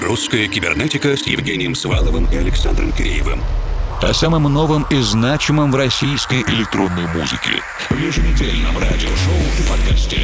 «Русская кибернетика» с Евгением Сваловым и Александром Киреевым. О самом новом и значимом в российской электронной музыке в еженедельном радиошоу и подкасте.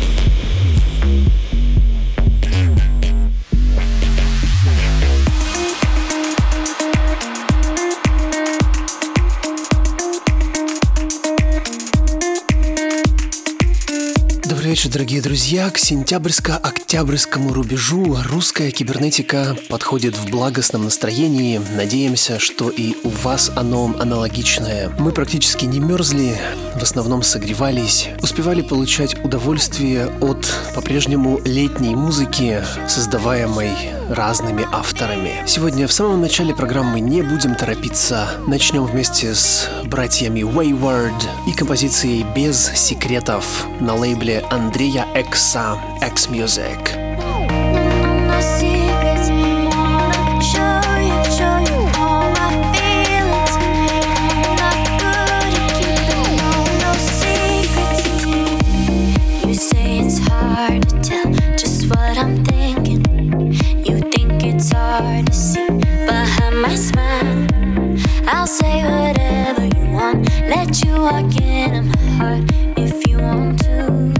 Добрый вечер, дорогие друзья. К сентябрьско-октябрьскому рубежу русская кибернетика подходит в благостном настроении. Надеемся, что и у вас оно аналогичное. Мы практически не мерзли, в основном согревались, успевали получать удовольствие от по-прежнему летней музыки, создаваемой разными авторами. Сегодня в самом начале программы не будем торопиться. Начнем вместе с братьями Wayward и композицией «Без секретов» на лейбле Андрея Экса X-Music. Hard to see behind my smile. I'll say whatever you want, let you walk in my heart if you want to.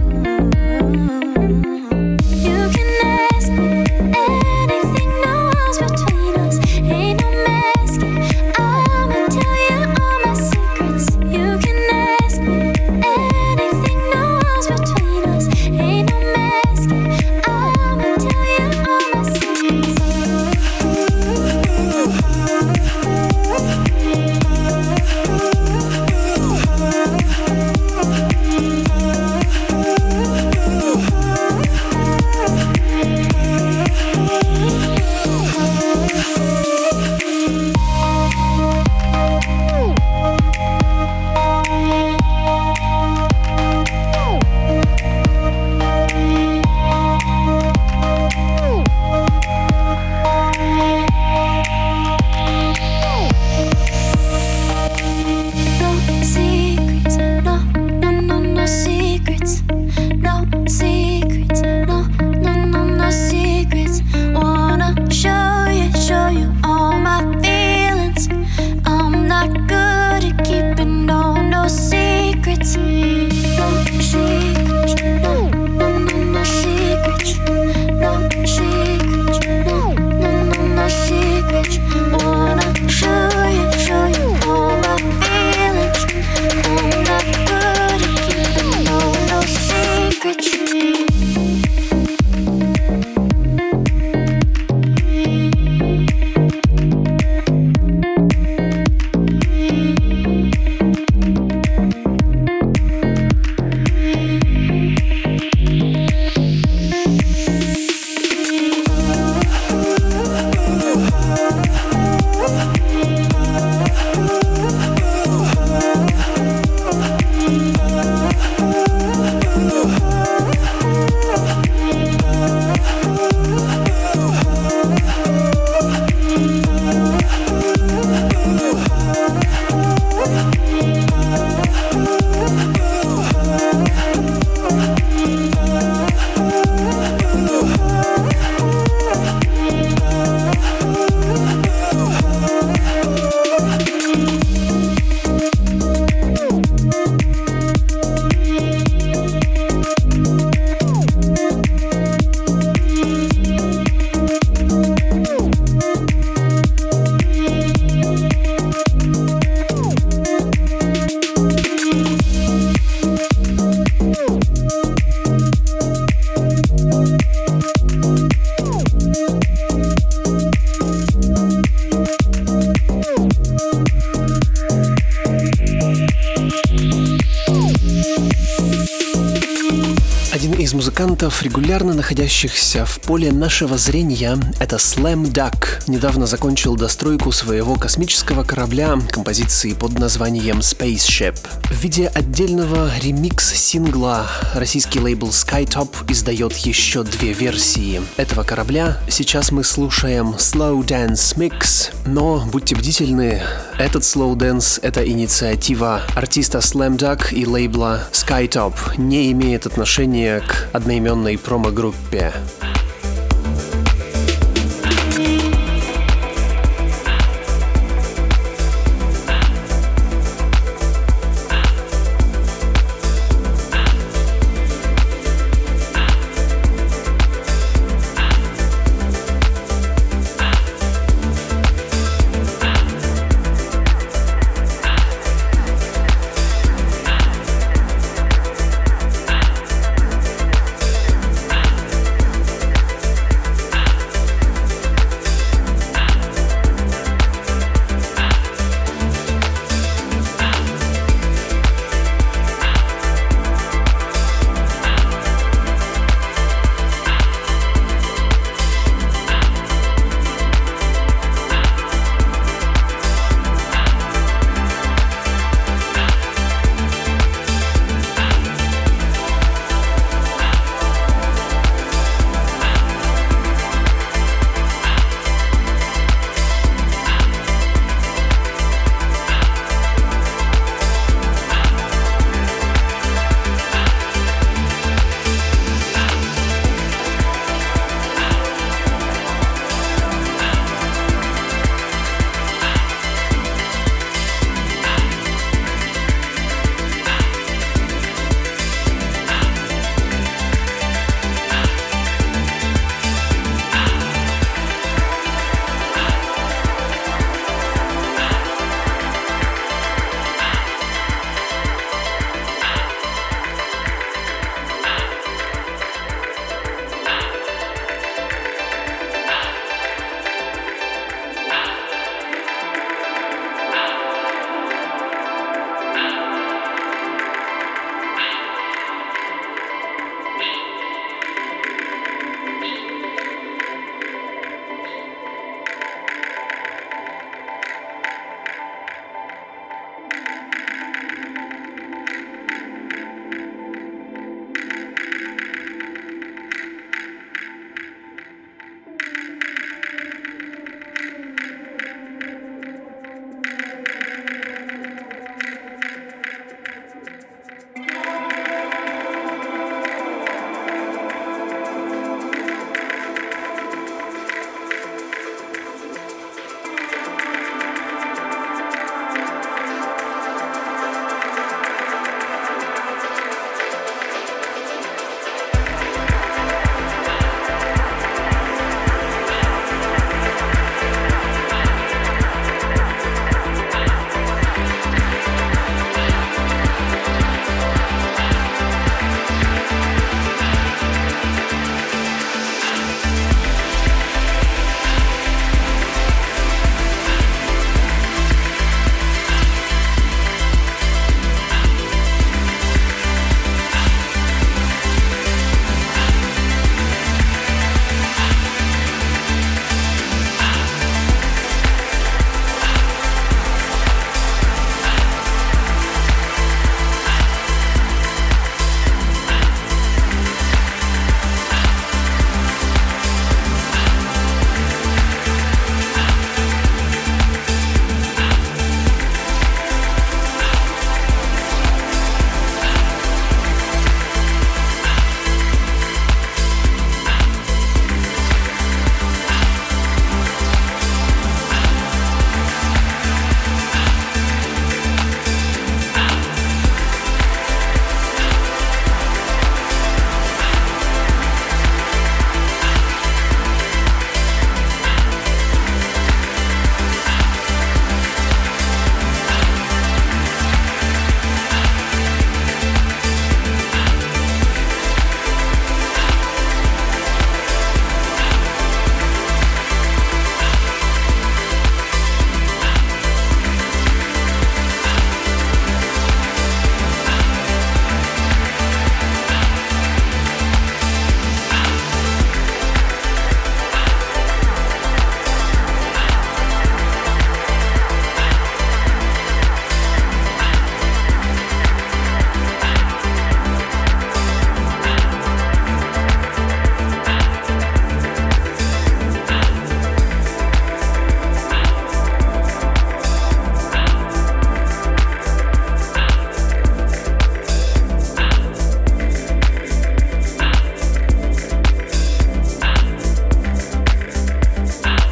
You can ask me anything, no walls between us, ain't no mask. I'ma tell you all my secrets. You can ask me anything, no walls between us, ain't no mask. I'ma tell you all my secrets. Музыкантов, регулярно находящихся в поле нашего зрения, это Slam Dunk. Недавно закончил достройку своего космического корабля композиции под названием Spaceship. В виде отдельного ремикс-сингла российский лейбл Skytop издает еще две версии этого корабля. Сейчас мы слушаем Slow Dance Mix, но будьте бдительны, этот Slow Dance — это инициатива артиста Slam Dunk и лейбла Skytop, не имеет отношения к одноименной промо-группе.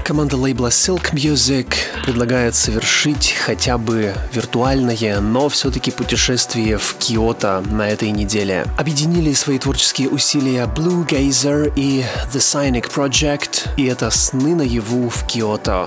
Команда лейбла Silk Music предлагает совершить хотя бы виртуальное, но все-таки путешествие в Киото на этой неделе. Объединили свои творческие усилия Blue Gazer и The Cynic Project, и это «Сны наяву в Киото».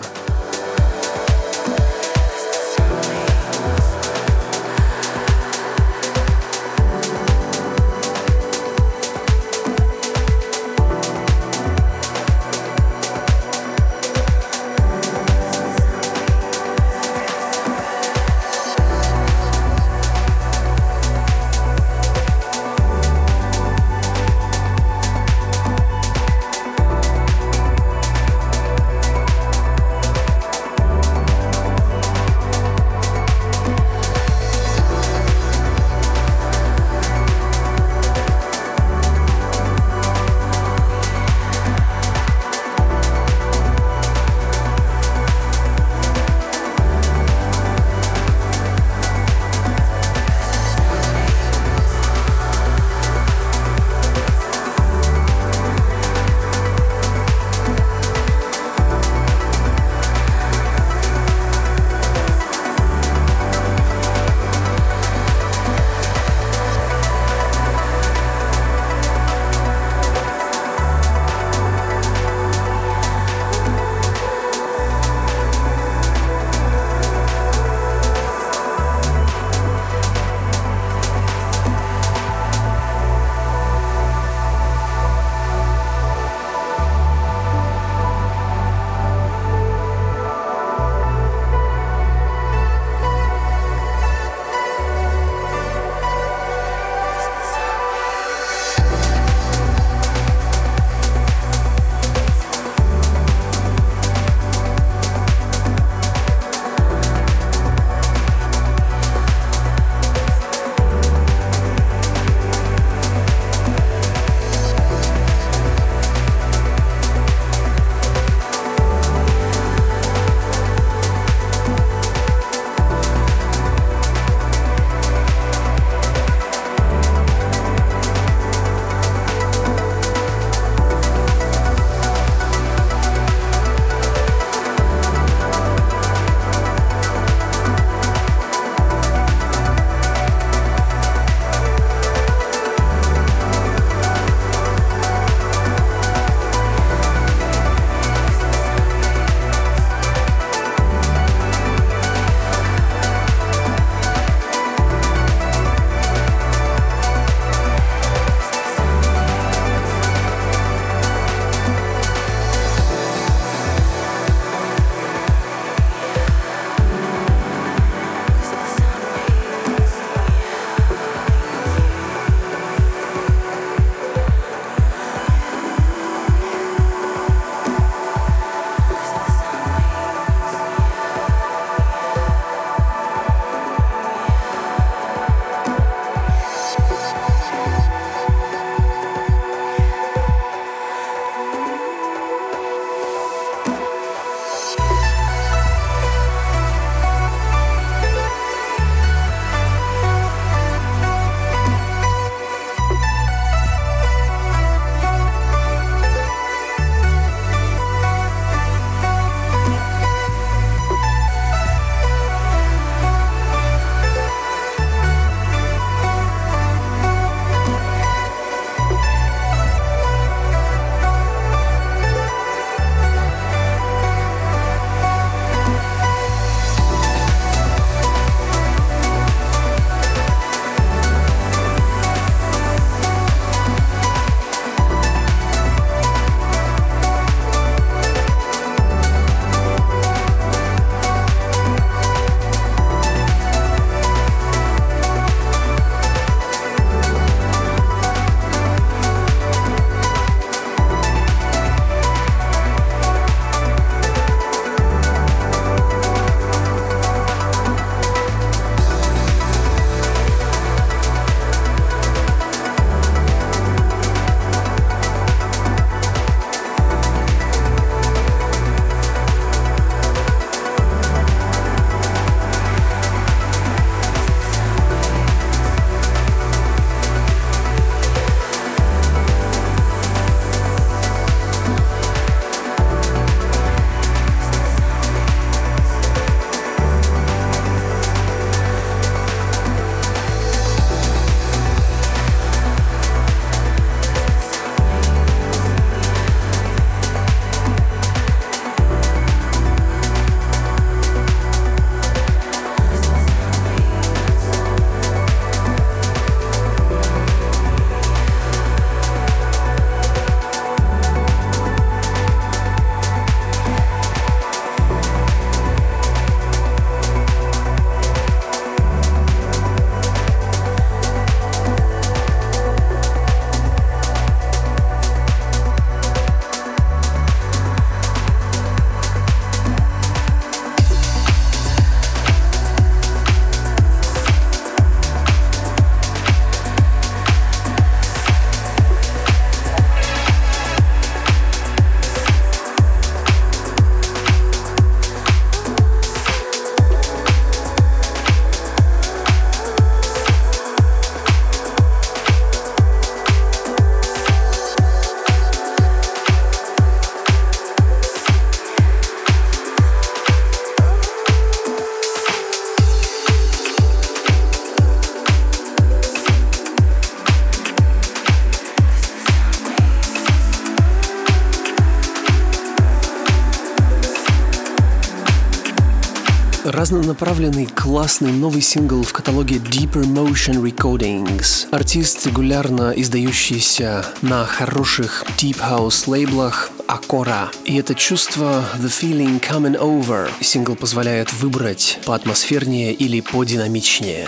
Разнонаправленный классный новый сингл в каталоге Deeper Motion Recordings. Артист, регулярно издающийся на хороших Deep House лейблах Акора. И это чувство The Feeling Coming Over сингл позволяет выбрать поатмосфернее или подинамичнее.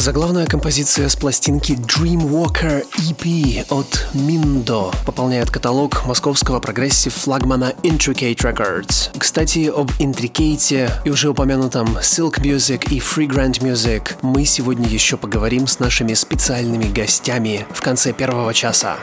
Заглавная композиция с пластинки Dreamwalker EP от Mindo пополняет каталог московского прогрессив-флагмана Intricate Records. Кстати, об Intricate и уже упомянутом Silk Music и Freegrant Music мы сегодня еще поговорим с нашими специальными гостями в конце первого часа.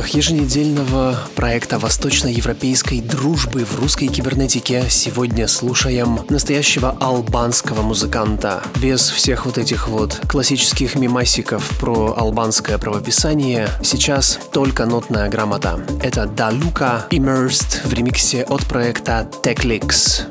еженедельного проекта восточноевропейской дружбы в русской кибернетике сегодня слушаем настоящего албанского музыканта. Без всех вот этих вот классических мемасиков про албанское правописание. Сейчас только нотная грамота. Это Далука Immersed в ремиксе от проекта Techlix.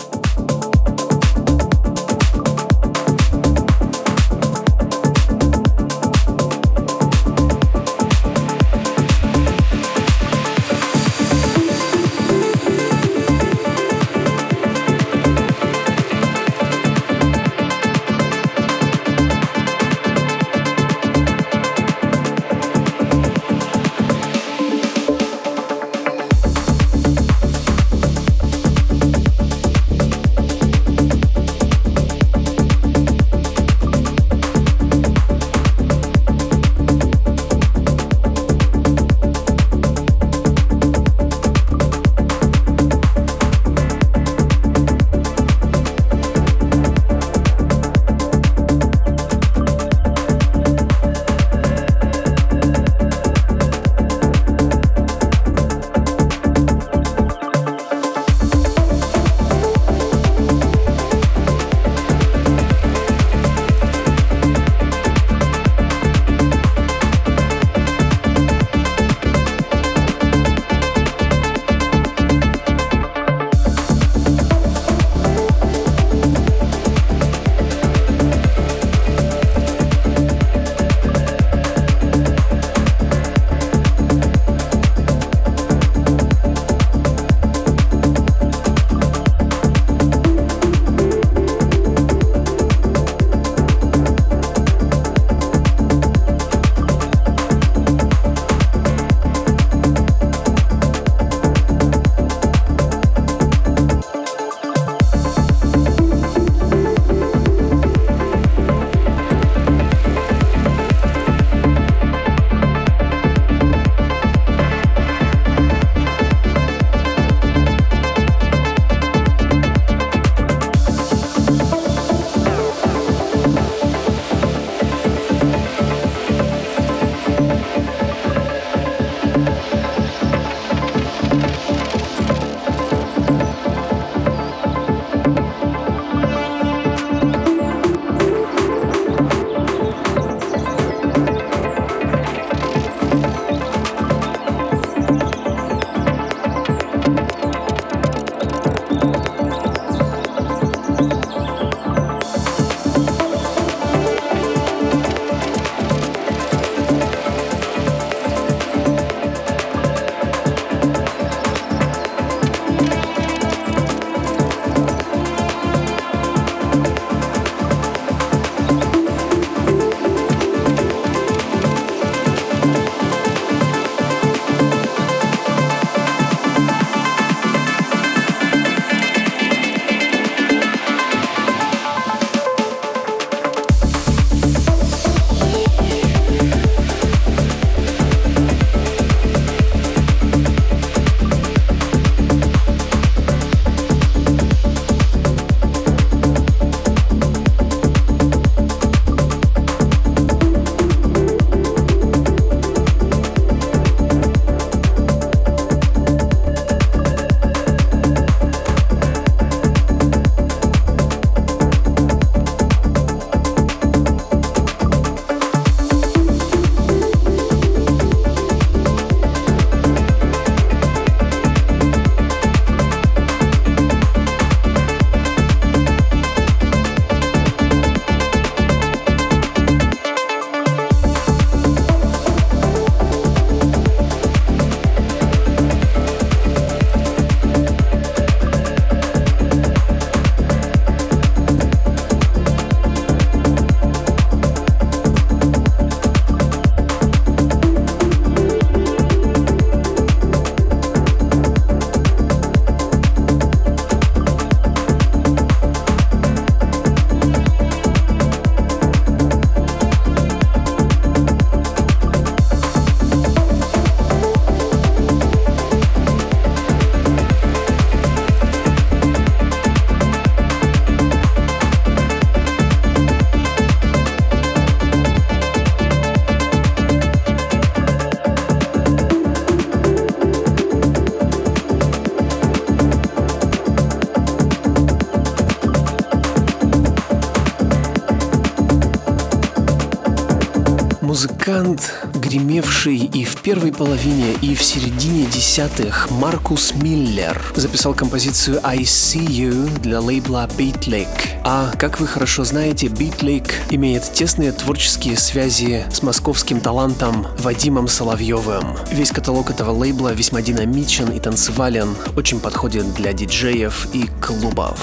музыкант, гремевший и в первой половине, и в середине десятых, Маркус Миллер записал композицию «I See You» для лейбла Beatlake. А, как вы хорошо знаете, Beatlake имеет тесные творческие связи с московским талантом Вадимом Соловьевым. Весь каталог этого лейбла весьма динамичен и танцевален, очень подходит для диджеев и клубов.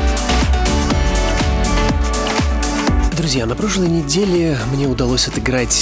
Друзья, на прошлой неделе мне удалось отыграть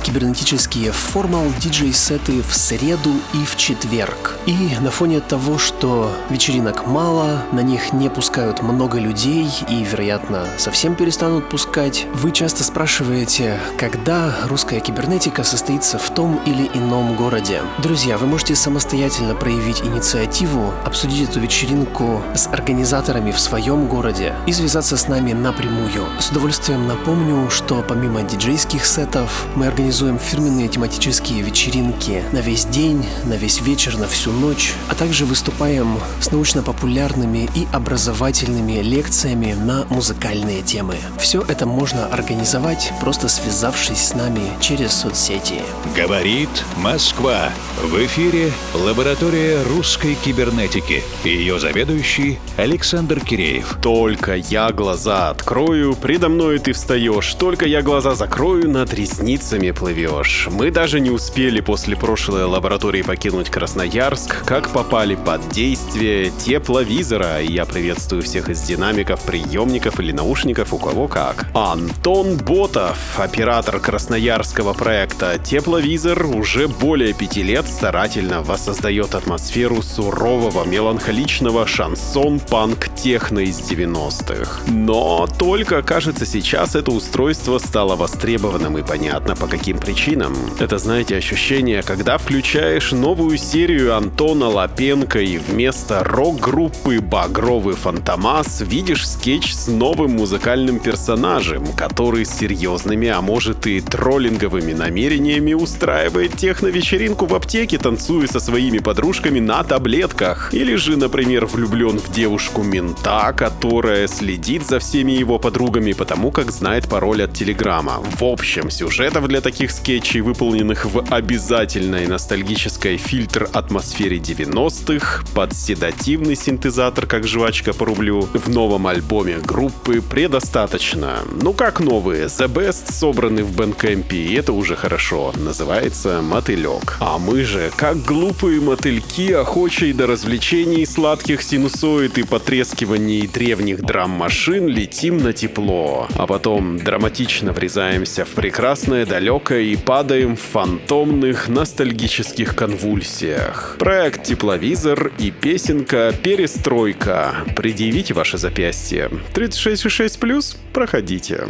кибернетические формал диджей-сеты в среду и в четверг. И на фоне того, что вечеринок мало, на них не пускают много людей и, вероятно, совсем перестанут пускать, вы часто спрашиваете, когда русская кибернетика состоится в том или ином городе. Друзья, вы можете самостоятельно проявить инициативу, обсудить эту вечеринку с организаторами в своем городе и связаться с нами напрямую. С удовольствием напомню, что помимо диджейских сетов мы организуем фирменные тематические вечеринки на весь день, на весь вечер, на всю ночь, а также выступаем с научно-популярными и образовательными лекциями на музыкальные темы. Все это можно организовать, просто связавшись с нами через соцсети. Говорит Москва. В эфире лаборатория русской кибернетики. Ее заведующий Александр Киреев. Только я глаза открою, предо мной ты встаешь. Только я глаза закрою, над ресницами плывешь. Мы даже не успели после прошлой лаборатории покинуть Красноярск, как попали под действие тепловизора. И я приветствую всех из динамиков, приемников или наушников, у кого как. Антон Ботов, оператор красноярского проекта «Тепловизор», уже более 5 лет старательно воссоздает атмосферу сурового, меланхоличного шансон-панк-техно из 90-х. Но только, кажется, сейчас это устройство стало востребованным, и понятно по каким причинам. Это, знаете, ощущение, когда включаешь новую серию Антона Лапенко и вместо рок-группы «Багровый Фантомас» видишь скетч с новым музыкальным персонажем, который с серьезными, а может и троллинговыми намерениями устраивает техно-вечеринку в аптеке, танцуя со своими подружками на таблетках. Или же, например, влюблен в девушку-мента, которая следит за всеми его подругами, потому как знает пароль от Телеграма. В общем, сюжетов для таких скетчей, выполненных в обязательной ностальгической фильтр-атмосфере 90-х, под седативный синтезатор, как жвачка по рублю, в новом альбоме группы предостаточно. Ну как новые? The Best собраны в Bandcamp, и это уже хорошо. Называется «Мотылек». А мы же, как глупые мотыльки, охочие до развлечений, сладких синусоид и потрескиваний древних драм-машин, летим на тепло. А потом драматично врезаемся в прекрасное далекое и падаем в фантомных ностальгических конвульсиях. Проект «Тепловизор» и песенка «Перестройка». Предъявите ваше запястье. 36,6+, проходите.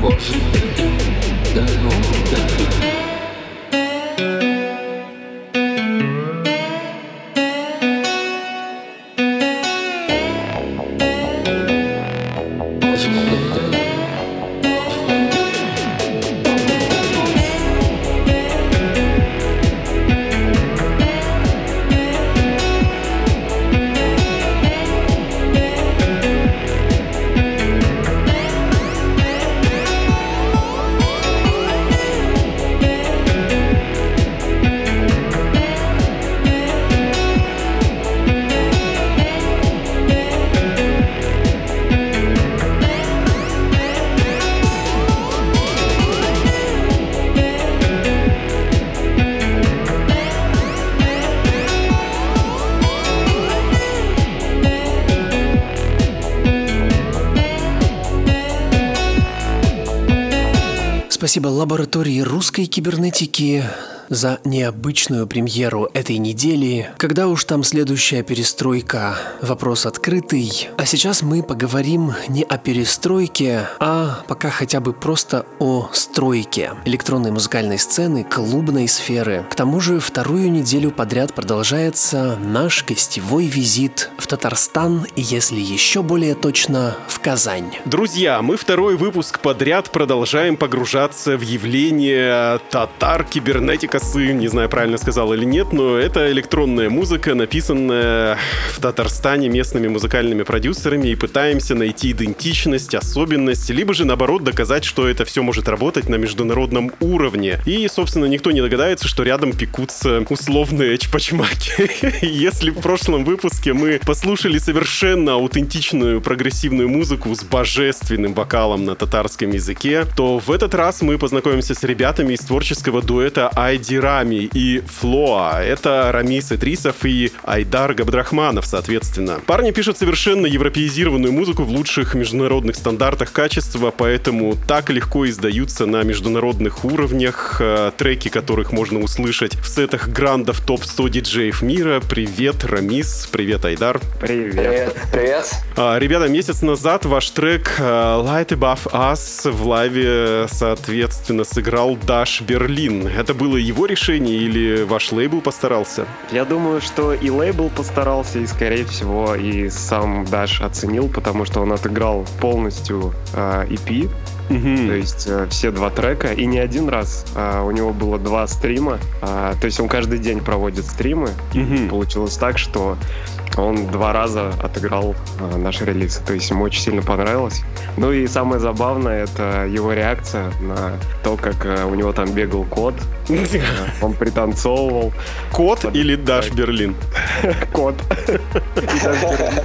Спасибо лаборатории русской кибернетики за необычную премьеру этой недели. Когда уж там следующая перестройка? Вопрос открытый. А сейчас мы поговорим не о перестройке, а пока хотя бы просто о стройке электронной музыкальной сцены, клубной сферы. К тому же вторую неделю подряд продолжается наш гостевой визит в Татарстан, если еще более точно, в Казань. Друзья, мы второй выпуск подряд продолжаем погружаться в явление татар-кибернетика. Не знаю, правильно сказал или нет, но это электронная музыка, написанная в Татарстане местными музыкальными продюсерами, и пытаемся найти идентичность, особенность, либо же, наоборот, доказать, что это все может работать на международном уровне. И, собственно, никто не догадается, что рядом пекутся условные чпачмаки. Если в прошлом выпуске мы послушали совершенно аутентичную прогрессивную музыку с божественным вокалом на татарском языке, то в этот раз мы познакомимся с ребятами из творческого дуэта Айди Рами и Флоа. Это Рамис Идрисов и Айдар Габдрахманов, соответственно. Парни пишут совершенно европеизированную музыку в лучших международных стандартах качества, поэтому так легко издаются на международных уровнях, треки которых можно услышать в сетах грандов топ-100 диджеев мира. Привет, Рамис. Привет, Айдар. Привет. Привет. Ребята, месяц назад ваш трек Light Above Us в лайве, соответственно, сыграл Даш Берлин. Это было его решение или ваш лейбл постарался? Я думаю, что и лейбл постарался, и, скорее всего, и сам Даш оценил, потому что он отыграл полностью EP, то есть все 2 трека, и не один раз. У него было 2 стрима, то есть он каждый день проводит стримы, и получилось так, что он 2 раза отыграл наш релиз, то есть ему очень сильно понравилось. Ну и самое забавное — это его реакция на то, как у него там бегал кот, он пританцовывал. Кот или Даш Берлин? Кот. И Даш Берлин.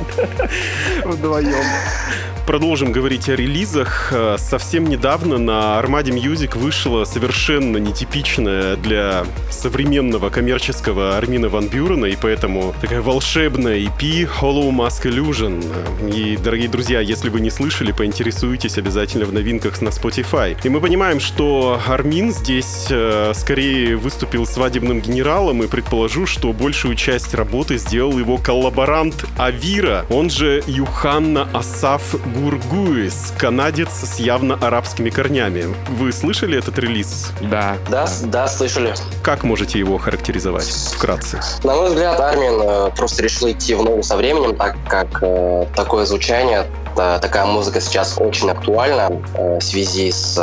Вдвоем. Продолжим говорить о релизах. Совсем недавно на Armada Music вышла совершенно нетипичная для современного коммерческого Армина Ван Бюрена, и поэтому такая волшебная EP Hollow Mask Illusion. И, дорогие друзья, если вы не слышали, поинтересуйтесь обязательно в новинках на Spotify. И мы понимаем, что Армин здесь скорее выступил свадебным генералом, и предположу, что большую часть работы сделал его коллаборант Авира, он же Юханна Асаф Гургуис, канадец с явно арабскими корнями. Вы слышали этот релиз? Да, слышали. Как можете его характеризовать вкратце? На мой взгляд, Армин просто решил идти в ногу со временем, так как такое звучание, такая музыка сейчас очень актуальна в связи с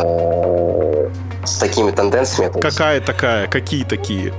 такими тенденциями. Какая такая? Какие такие?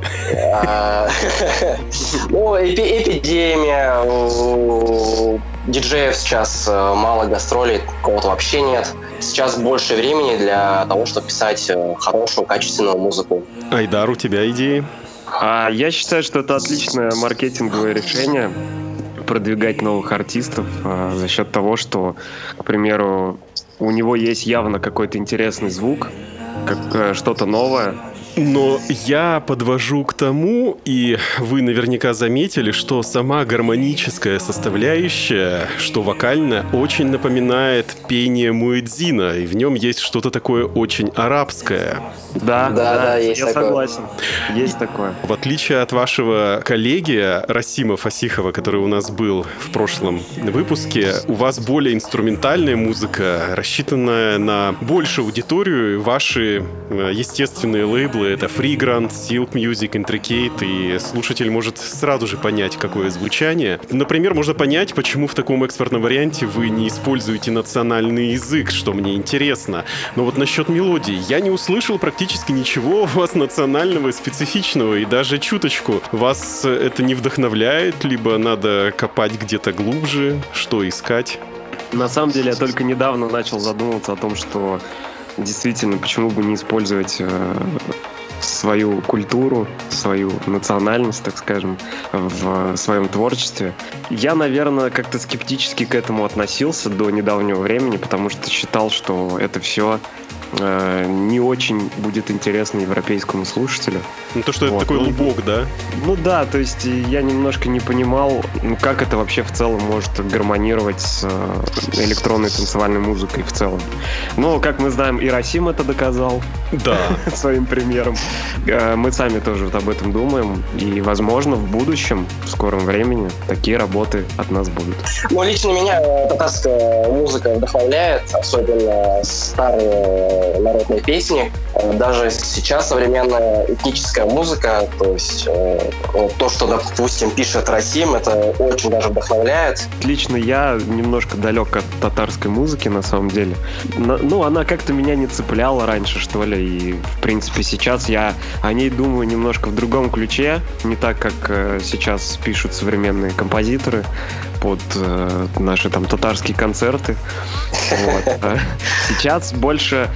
Эпидемия. Диджеев сейчас мало гастролей, кого-то вообще нет. Сейчас больше времени для того, чтобы писать хорошую, качественную музыку. Айдар, у тебя идеи? Я считаю, что это отличное маркетинговое решение продвигать новых артистов за счет того, что, к примеру, у него есть явно какой-то интересный звук, как что-то новое, Но я подвожу к тому, и вы наверняка заметили, что сама гармоническая составляющая, что вокально, очень напоминает пение муэдзина, и в нем есть что-то такое очень арабское. Да, есть я такое. согласен. Есть такое. В отличие от вашего коллеги Расима Фасихова, который у нас был в прошлом выпуске, у вас более инструментальная музыка, рассчитанная на большую аудиторию. Ваши естественные лейблы — это Freegrant, Silk Music, Intricate, и слушатель может сразу же понять, какое звучание. Например, можно понять, почему в таком экспортном варианте вы не используете национальный язык, что мне интересно. Но вот насчет мелодии я не услышал практически ничего у вас национального и специфичного, и даже чуточку. Вас это не вдохновляет, либо надо копать где-то глубже, что искать? На самом деле, я только недавно начал задумываться о том, что действительно, почему бы не использовать свою культуру, свою национальность, так скажем, в своем творчестве. Я, наверное, как-то скептически к этому относился до недавнего времени, потому что считал, что это все не очень будет интересно европейскому слушателю. Ну, то, что это такой лубок, да? Ну да, то есть я немножко не понимал, как это вообще в целом может гармонировать с электронной танцевальной музыкой в целом. Но, как мы знаем, и Расим это доказал. Да. Своим примером. Мы сами тоже вот об этом думаем. И, возможно, в будущем, в скором времени, такие работы от нас будут. Ну, лично меня татарская музыка вдохновляет, особенно старые народные песни. Даже сейчас современная этническая музыка, то есть то, что, допустим, пишет Расим, это очень даже вдохновляет. Лично я немножко далек от татарской музыки, на самом деле. Ну, она как-то меня не цепляла раньше, что ли, и, в принципе, сейчас я о ней думаю немножко в другом ключе, не так, как сейчас пишут современные композиторы под наши там татарские концерты. Вот. Сейчас больше,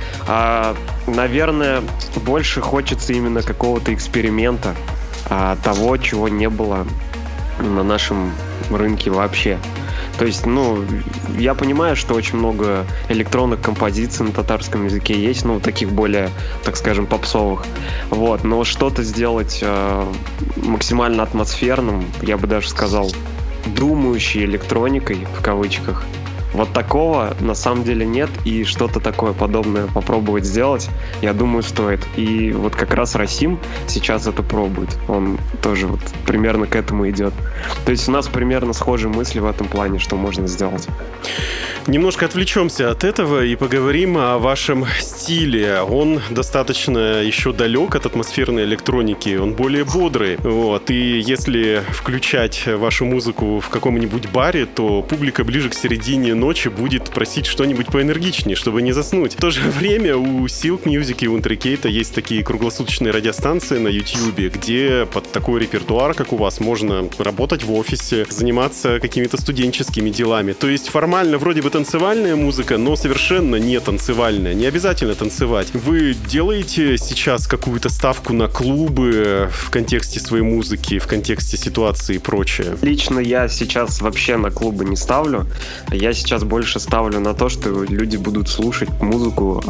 наверное, больше хочется именно какого-то эксперимента, того, чего не было на нашем рынке вообще. То есть, ну, я понимаю, что очень много электронных композиций на татарском языке есть, ну, таких более, так скажем, попсовых. Вот, но что-то сделать максимально атмосферным, я бы даже сказал, думающей электроникой, в кавычках, вот такого на самом деле нет, и что-то такое подобное попробовать сделать, я думаю, стоит. И вот как раз Расим сейчас это пробует. Он тоже вот примерно к этому идет. То есть у нас примерно схожие мысли в этом плане, что можно сделать. Немножко отвлечемся от этого и поговорим о вашем стиле. Он достаточно еще далек от атмосферной электроники, он более бодрый. Вот. И если включать вашу музыку в каком-нибудь баре, то публика ближе к середине ночи будет просить что-нибудь поэнергичнее, чтобы не заснуть. В то же время у Silk Music и у Intricate есть такие круглосуточные радиостанции на YouTube, где под такой репертуар, как у вас, можно работать в офисе, заниматься какими-то студенческими делами. То есть формально вроде бы танцевальная музыка, но совершенно не танцевальная. Не обязательно танцевать. Вы делаете сейчас какую-то ставку на клубы в контексте своей музыки, в контексте ситуации и прочее? Лично я сейчас вообще на клубы не ставлю. Я сейчас больше ставлю на то, что люди будут слушать музыку,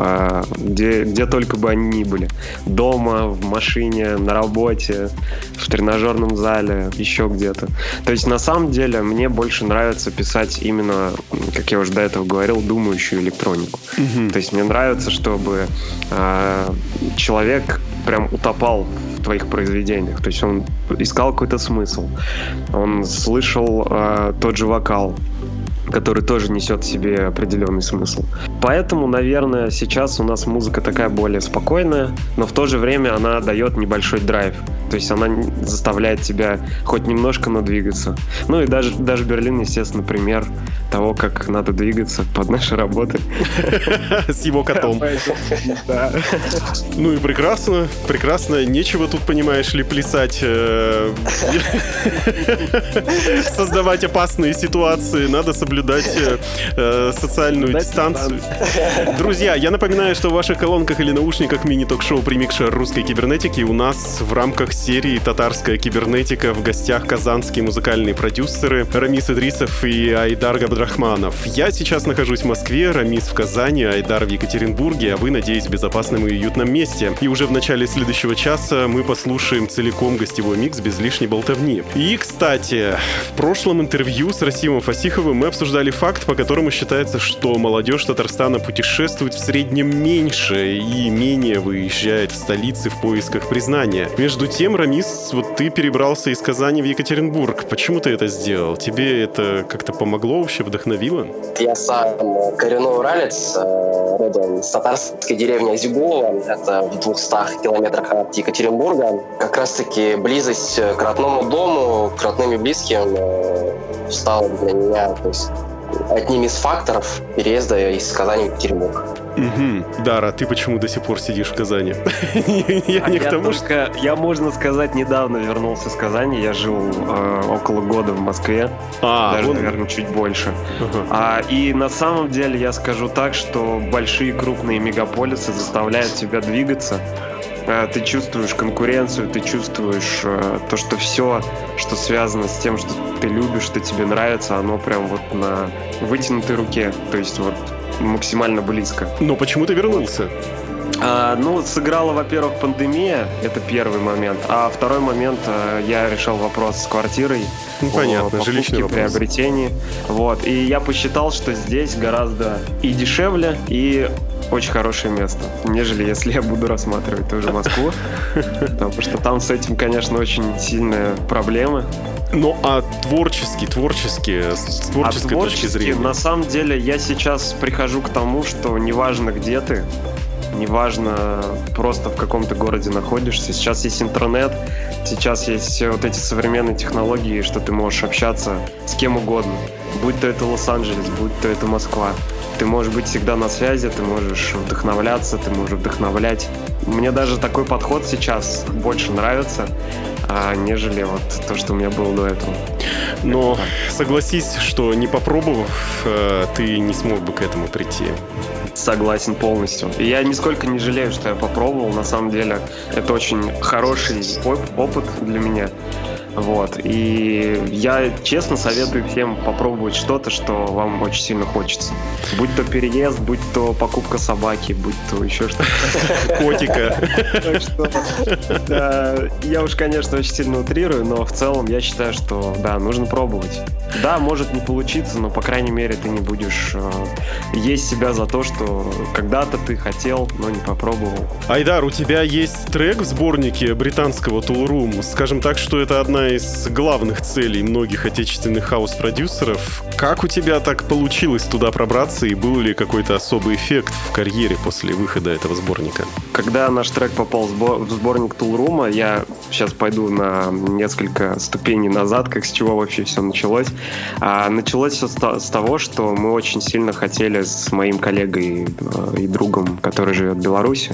где только бы они ни были. Дома, в машине, на работе, в тренажерном зале, еще где-то. То есть на самом деле мне больше нравится писать именно, как я уже до этого говорил, думающую электронику. То есть мне нравится, чтобы человек прям утопал в твоих произведениях. То есть он искал какой-то смысл. Он слышал тот же вокал, который тоже несет в себе определенный смысл. Поэтому, наверное, сейчас у нас музыка такая более спокойная, но в то же время она дает небольшой драйв. То есть она заставляет тебя хоть немножко надвигаться. Ну и даже Берлин, естественно, пример того, как надо двигаться под наши работы. С его котом. Ну и прекрасно, прекрасно. Нечего тут, понимаешь ли, плясать, создавать опасные ситуации. Надо соблюдать соблюдать социальную дистанцию. Друзья, я напоминаю, что в ваших колонках или наушниках мини-ток-шоу «Примикшер русской кибернетики» у нас в рамках серии «Татарская кибернетика» в гостях казанские музыкальные продюсеры Рамис Идрисов и Айдар Габдрахманов. Я сейчас нахожусь в Москве, Рамис в Казани, Айдар в Екатеринбурге, а вы, надеюсь, в безопасном и уютном месте. И уже в начале следующего часа мы послушаем целиком гостевой микс без лишней болтовни. И, кстати, в прошлом интервью с Расимом Фасиховым мы обсуждали факт, по которому считается, что молодежь Татарстана путешествует в среднем меньше и менее выезжает в столицы в поисках признания. Между тем, Рамис, вот ты перебрался из Казани в Екатеринбург. Почему ты это сделал? Тебе это как-то помогло вообще, вдохновило? Я сам коренной уралец, родом с татарской деревни Азигулово. Это в 200 километрах от Екатеринбурга. Как раз-таки близость к родному дому, к родным и близким стала для меня, то есть, одним из факторов переезда из Казани в Екатеринбург. Угу. Дара, ты почему до сих пор сидишь в Казани? Я не к тому, что... Я, можно сказать, недавно вернулся из Казани. Я жил около года в Москве. Даже, наверное, чуть больше. И на самом деле я скажу так, что большие крупные мегаполисы заставляют тебя двигаться. Ты чувствуешь конкуренцию, ты чувствуешь то, что все, что связано с тем, что ты любишь, что тебе нравится, оно прям вот на вытянутой руке. То есть вот максимально близко. Но почему ты вернулся? Сыграла, во-первых, пандемия, это первый момент, а второй момент, я решил вопрос с квартирой, понятно, жилищный вопрос, приобретении, вот, и я посчитал, что здесь гораздо и дешевле, и очень хорошее место, нежели если я буду рассматривать тоже Москву, потому что там с этим, конечно, очень сильные проблемы. Ну, а творчески, с творческой точки зрения? На самом деле, я сейчас прихожу к тому, что неважно, где ты, неважно просто в каком-то городе находишься. Сейчас есть интернет, сейчас есть вот эти современные технологии, что ты можешь общаться с кем угодно. Будь то это Лос-Анджелес, будь то это Москва. Ты можешь быть всегда на связи, ты можешь вдохновляться, ты можешь вдохновлять. Мне даже такой подход сейчас больше нравится, нежели вот то, что у меня было до этого. Но согласись, что не попробовав, ты не смог бы к этому прийти. Согласен полностью. И я нисколько не жалею, что я попробовал. На самом деле, это очень хороший опыт для меня. Вот. И я честно советую всем попробовать что-то, что вам очень сильно хочется. Будь то переезд, будь то покупка собаки, будь то еще что-то. Котика. Так что, я уж, конечно, очень сильно утрирую, но в целом я считаю, что да, нужно пробовать. Да, может не получиться, но, по крайней мере, ты не будешь есть себя за то, что когда-то ты хотел, но не попробовал. Айдар, у тебя есть трек в сборнике британского Tool Room. Скажем так, что это одна из главных целей многих отечественных хаус-продюсеров. Как у тебя так получилось туда пробраться, и был ли какой-то особый эффект в карьере после выхода этого сборника? Когда наш трек попал в сборник Tool Room, я сейчас пойду на несколько ступеней назад, как с чего вообще все началось. Началось все с того, что мы очень сильно хотели с моим коллегой и другом, который живет в Беларуси,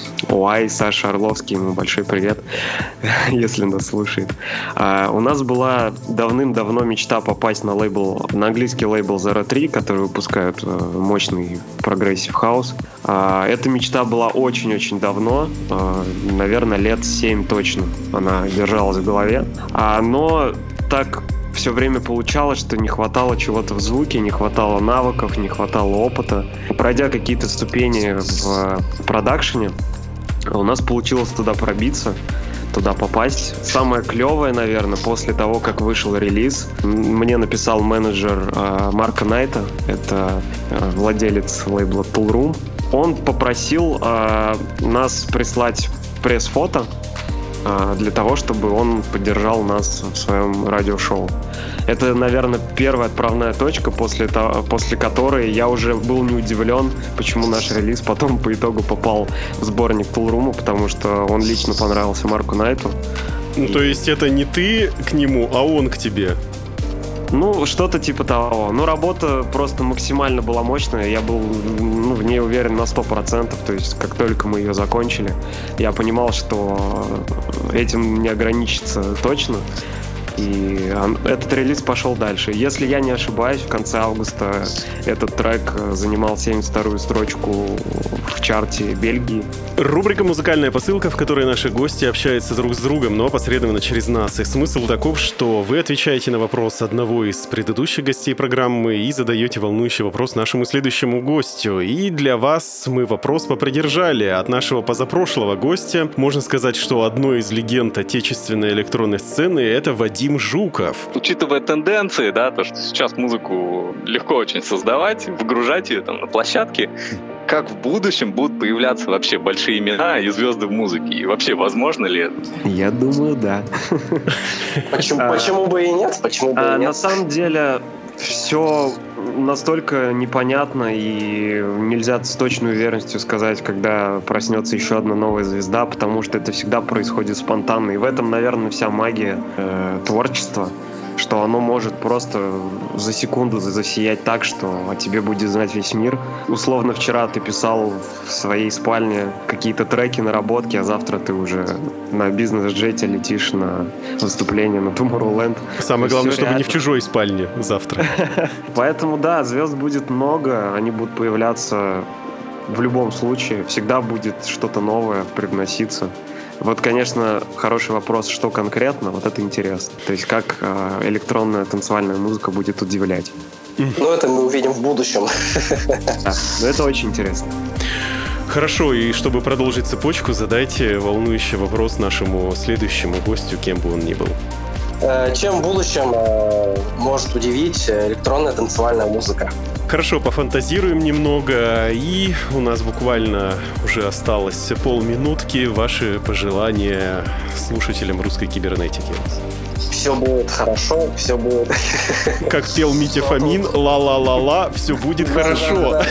Саша Орловский, ему большой привет, если нас слушает. У нас была давным-давно мечта попасть на английский лейбл Zero 3, который выпускает мощный прогрессив хаус. Эта мечта была очень-очень давно, наверное, лет 7 точно она держалась в голове. Но так все время получалось, что не хватало чего-то в звуке, не хватало навыков, не хватало опыта. Пройдя какие-то ступени в продакшене, у нас получилось туда пробиться, туда попасть. Самое клевое, наверное, после того, как вышел релиз, мне написал менеджер Марка Найта, это владелец лейбла Tool Room. Он попросил нас прислать пресс-фото для того, чтобы он поддержал нас в своем радиошоу. Это, наверное, первая отправная точка, после которой я уже был не удивлен, почему наш релиз потом по итогу попал в сборник Tool Room, потому что он лично понравился Марку Найту. Ну, то есть это не ты к нему, а он к тебе? Ну, что-то типа того. Ну, работа просто максимально была мощная. Я был в ней уверен на 100%. То есть, как только мы ее закончили, я понимал, что этим не ограничится точно. И этот релиз пошел дальше. Если я не ошибаюсь, в конце августа этот трек занимал 72-ю строчку в чарте Бельгии. Рубрика «Музыкальная посылка», в которой наши гости общаются друг с другом, но опосредованно через нас. И смысл таков, что вы отвечаете на вопрос одного из предыдущих гостей программы и задаете волнующий вопрос нашему следующему гостю. И для вас мы вопрос попридержали. От нашего позапрошлого гостя можно сказать, что одной из легенд отечественной электронной сцены — это Вадим Жуков. Учитывая тенденции, да, то, что сейчас музыку легко очень создавать, выгружать ее там на площадке, как в будущем будут появляться вообще большие имена и звезды в музыке? И вообще, возможно ли это? Я думаю, да. Почему бы и нет? Почему бы и нет? На самом деле, все настолько непонятно, и нельзя с точной уверенностью сказать, когда проснется еще одна новая звезда, потому что это всегда происходит спонтанно. И в этом, наверное, вся магия творчества, что оно может просто за секунду засиять так, что о тебе будет знать весь мир. Условно, вчера ты писал в своей спальне какие-то треки, наработки, а завтра ты уже на бизнес-джете летишь на выступление на Tomorrowland. Самое главное, чтобы не в чужой спальне завтра. Поэтому, да, звезд будет много, они будут появляться в любом случае. Всегда будет что-то новое привноситься. Вот, конечно, хороший вопрос, что конкретно, вот это интересно. То есть как электронная танцевальная музыка будет удивлять. Ну, это мы увидим в будущем. Да, но это очень интересно. Хорошо, и чтобы продолжить цепочку, задайте волнующий вопрос нашему следующему гостю, кем бы он ни был. Чем в будущем может удивить электронная танцевальная музыка? Хорошо, пофантазируем немного, и у нас буквально уже осталось полминутки. Ваши пожелания слушателям русской кибернетики. Все будет хорошо, все будет... Как пел Митя Фомин, ла-ла-ла-ла, все будет хорошо.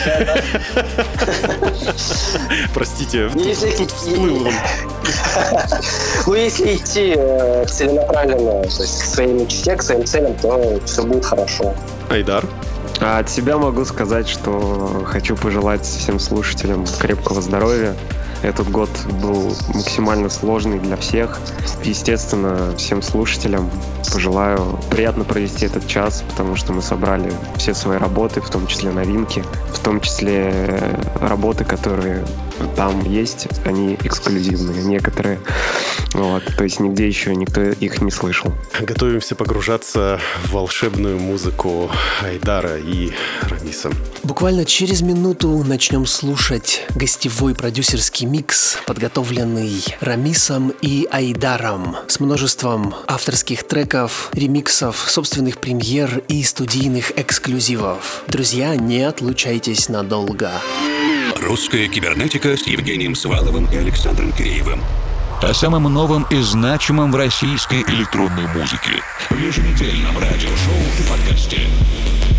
Простите, тут всплыл он. Ну, если идти целенаправленно, то есть к своей мечте, к своим целям, то все будет хорошо. Айдар? А от себя могу сказать, что хочу пожелать всем слушателям крепкого здоровья. Этот год был максимально сложный для всех. Естественно, всем слушателям пожелаю приятно провести этот час, потому что мы собрали все свои работы, в том числе новинки, в том числе работы, которые там есть, они эксклюзивные, некоторые. Вот, то есть нигде еще никто их не слышал. Готовимся погружаться в волшебную музыку Айдара и Рамиса. Буквально через минуту начнем слушать гостевой продюсерский микс, подготовленный Рамисом и Айдаром, с множеством авторских треков, ремиксов, собственных премьер и студийных эксклюзивов. Друзья, не отлучайтесь надолго. Русская кибернетика с Евгением Сваловым и Александром Киреевым. О самом новом и значимом в российской электронной музыке. В еженедельном радиошоу в подкасте.